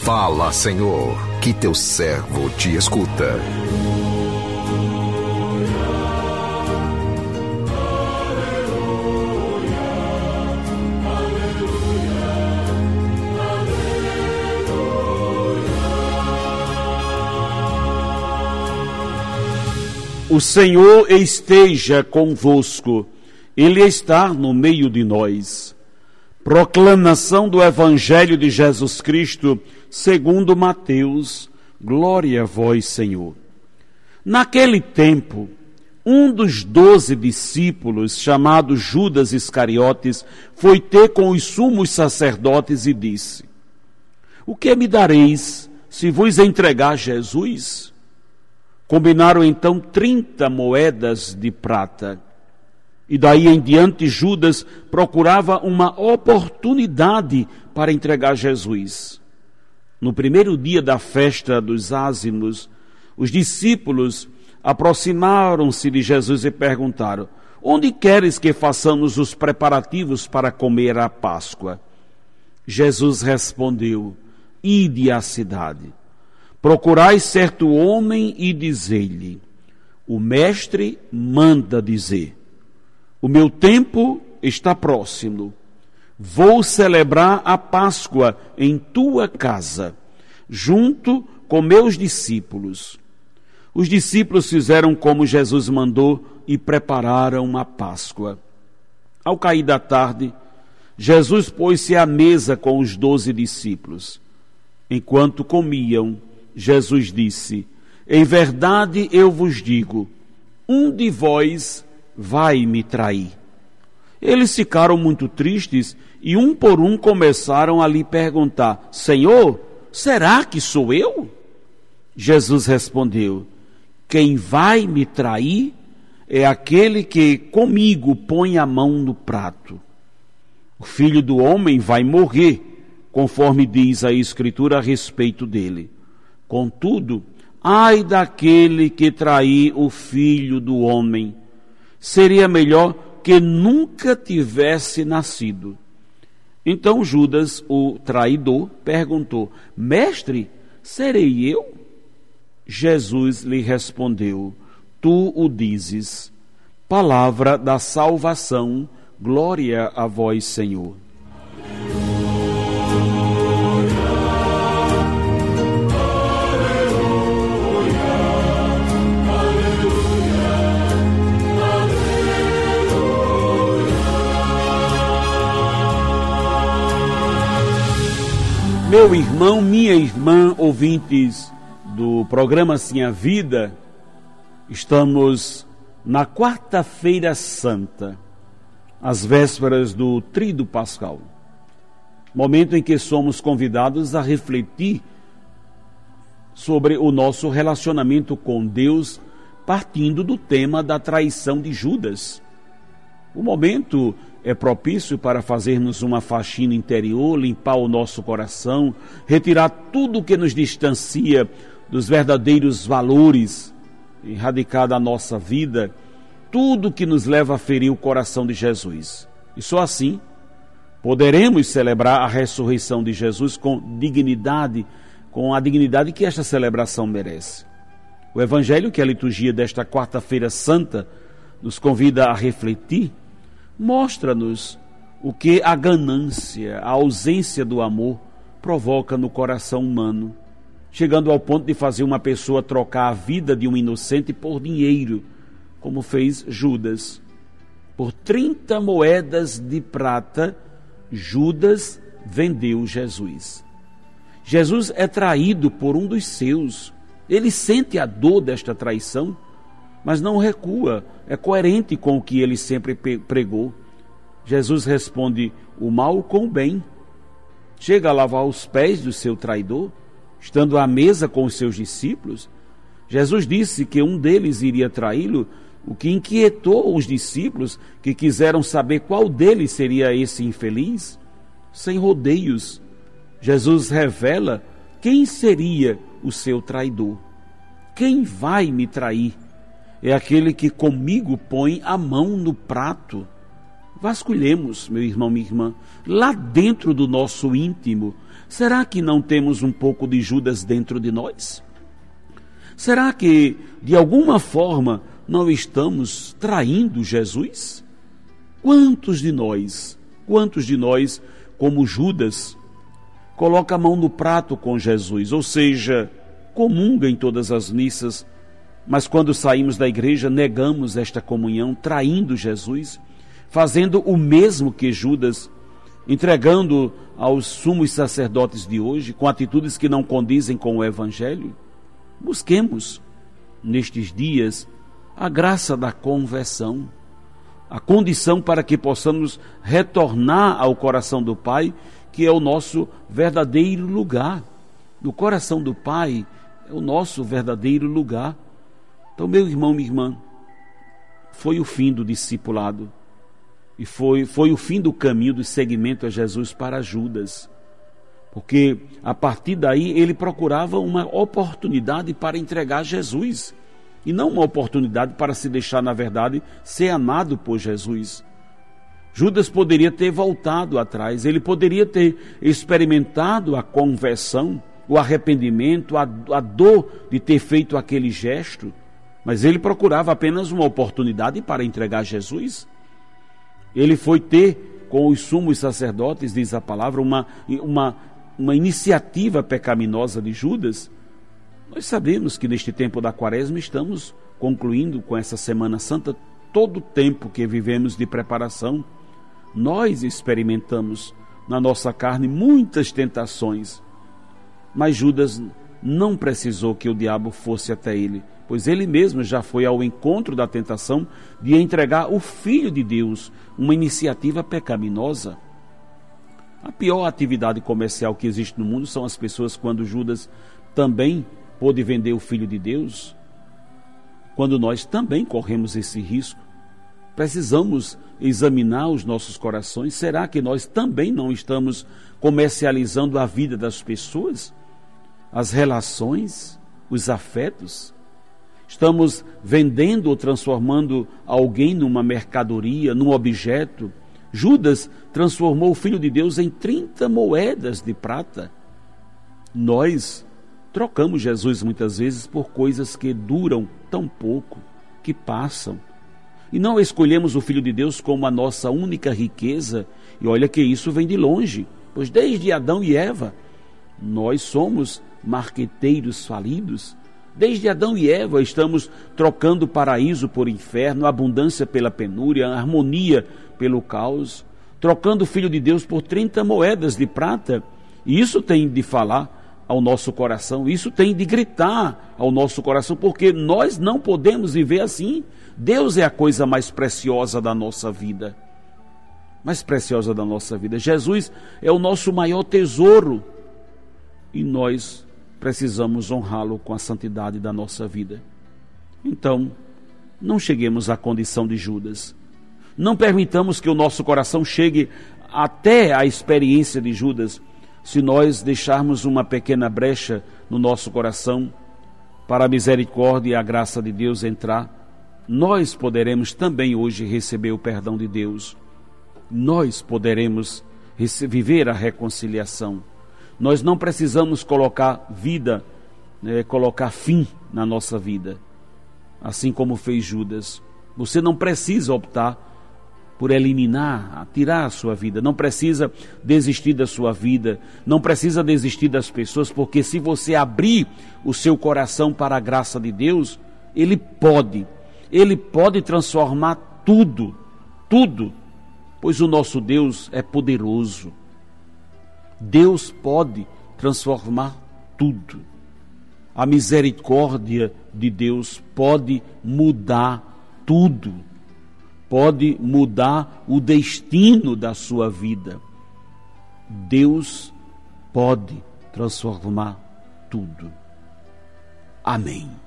Fala, Senhor, que teu servo te escuta. O Senhor esteja convosco, Ele está no meio de nós. Proclamação do Evangelho de Jesus Cristo, segundo Mateus. Glória a vós, Senhor. Naquele tempo, um dos 12 discípulos, chamado Judas Iscariotes, foi ter com os sumos sacerdotes e disse: O que me dareis se vos entregar Jesus? Combinaram então 30 moedas de prata. E daí em diante Judas procurava uma oportunidade para entregar Jesus. No primeiro dia da festa dos ázimos, os discípulos aproximaram-se de Jesus e perguntaram: Onde queres que façamos os preparativos para comer a Páscoa? Jesus respondeu: Ide à cidade. Procurai certo homem e dizei-lhe: O mestre manda dizer: O meu tempo está próximo. Vou celebrar a Páscoa em tua casa, junto com meus discípulos. Os discípulos fizeram como Jesus mandou e prepararam a Páscoa. Ao cair da tarde, Jesus pôs-se à mesa com os 12 discípulos. Enquanto comiam, Jesus disse: Em verdade eu vos digo, um de vós vai me trair. Eles ficaram muito tristes e um por um começaram a lhe perguntar: Senhor, será que sou eu? Jesus respondeu: Quem vai me trair é aquele que comigo põe a mão no prato. O Filho do Homem vai morrer, conforme diz a Escritura a respeito dele. Contudo, ai daquele que trair o Filho do Homem. Seria melhor que nunca tivesse nascido. Então Judas, o traidor, perguntou: Mestre, serei eu? Jesus lhe respondeu: Tu o dizes. Palavra da salvação, glória a vós, Senhor. Meu irmão, minha irmã, ouvintes do programa Assim a Vida, estamos na quarta-feira santa, às vésperas do Tríduo Pascal, momento em que somos convidados a refletir sobre o nosso relacionamento com Deus, partindo do tema da traição de Judas. O momento é propício para fazermos uma faxina interior, limpar o nosso coração, retirar tudo que nos distancia dos verdadeiros valores, erradicar da nossa vida tudo que nos leva a ferir o coração de Jesus. E só assim poderemos celebrar a ressurreição de Jesus com dignidade, com a dignidade que esta celebração merece. O Evangelho que a liturgia desta quarta-feira santa nos convida a refletir mostra-nos o que a ganância, a ausência do amor provoca no coração humano, chegando ao ponto de fazer uma pessoa trocar a vida de um inocente por dinheiro, como fez Judas. Por 30 moedas de prata, Judas vendeu Jesus. Jesus é traído por um dos seus. Ele sente a dor desta traição, mas não recua, é coerente com o que ele sempre pregou. Jesus responde o mal com o bem. Chega a lavar os pés do seu traidor, estando à mesa com os seus discípulos. Jesus disse que um deles iria traí-lo, o que inquietou os discípulos, que quiseram saber qual deles seria esse infeliz. Sem rodeios, Jesus revela quem seria o seu traidor. Quem vai me trair? É aquele que comigo põe a mão no prato. Vasculhemos, meu irmão, minha irmã, lá dentro do nosso íntimo, será que não temos um pouco de Judas dentro de nós? Será que, de alguma forma, não estamos traindo Jesus? Quantos de nós, como Judas, coloca a mão no prato com Jesus, ou seja, comunga em todas as missas, mas quando saímos da igreja negamos esta comunhão, traindo Jesus, fazendo o mesmo que Judas, entregando aos sumos sacerdotes de hoje, com atitudes que não condizem com o Evangelho? Busquemos, nestes dias, a graça da conversão, a condição para que possamos retornar ao coração do Pai, que é o nosso verdadeiro lugar. O coração do Pai é o nosso verdadeiro lugar. Então, meu irmão, minha irmã, foi o fim do discipulado e foi o fim do caminho do seguimento a Jesus para Judas, porque a partir daí ele procurava uma oportunidade para entregar Jesus e não uma oportunidade para se deixar, na verdade, ser amado por Jesus. Judas poderia ter voltado atrás, ele poderia ter experimentado a conversão, o arrependimento, a dor de ter feito aquele gesto, mas ele procurava apenas uma oportunidade para entregar Jesus. Ele foi ter com os sumos sacerdotes, diz a palavra, uma iniciativa pecaminosa de Judas. Nós sabemos que neste tempo da Quaresma estamos concluindo com essa Semana Santa todo o tempo que vivemos de preparação. Nós experimentamos na nossa carne muitas tentações, mas Judas não precisou que o diabo fosse até ele, pois ele mesmo já foi ao encontro da tentação de entregar o Filho de Deus, uma iniciativa pecaminosa. A pior atividade comercial que existe no mundo são as pessoas quando Judas também pôde vender o Filho de Deus, quando nós também corremos esse risco. Precisamos examinar os nossos corações. Será que nós também não estamos comercializando a vida das pessoas? As relações, os afetos? Estamos vendendo ou transformando alguém numa mercadoria, num objeto? Judas transformou o Filho de Deus em 30 moedas de prata. Nós trocamos Jesus muitas vezes por coisas que duram tão pouco, que passam. E não escolhemos o Filho de Deus como a nossa única riqueza. E olha que isso vem de longe, pois desde Adão e Eva, nós somos marqueteiros falidos. Desde Adão e Eva estamos trocando paraíso por inferno, abundância pela penúria, harmonia pelo caos, trocando o Filho de Deus por 30 moedas de prata. E isso tem de falar ao nosso coração, isso tem de gritar ao nosso coração, porque nós não podemos viver assim. Deus é a coisa mais preciosa da nossa vida. Mais preciosa da nossa vida. Jesus é o nosso maior tesouro. E nós precisamos honrá-lo com a santidade da nossa vida. Então, não cheguemos à condição de Judas. Não permitamos que o nosso coração chegue até a experiência de Judas, se nós deixarmos uma pequena brecha no nosso coração para a misericórdia e a graça de Deus entrar. Nós poderemos também hoje receber o perdão de Deus. Nós poderemos viver a reconciliação. Nós não precisamos colocar colocar fim na nossa vida, assim como fez Judas. Você não precisa optar por eliminar, tirar a sua vida. Não precisa desistir da sua vida. Não precisa desistir das pessoas, porque se você abrir o seu coração para a graça de Deus, Ele pode transformar tudo, pois o nosso Deus é poderoso. Deus pode transformar tudo. A misericórdia de Deus pode mudar tudo, pode mudar o destino da sua vida. Deus pode transformar tudo. Amém.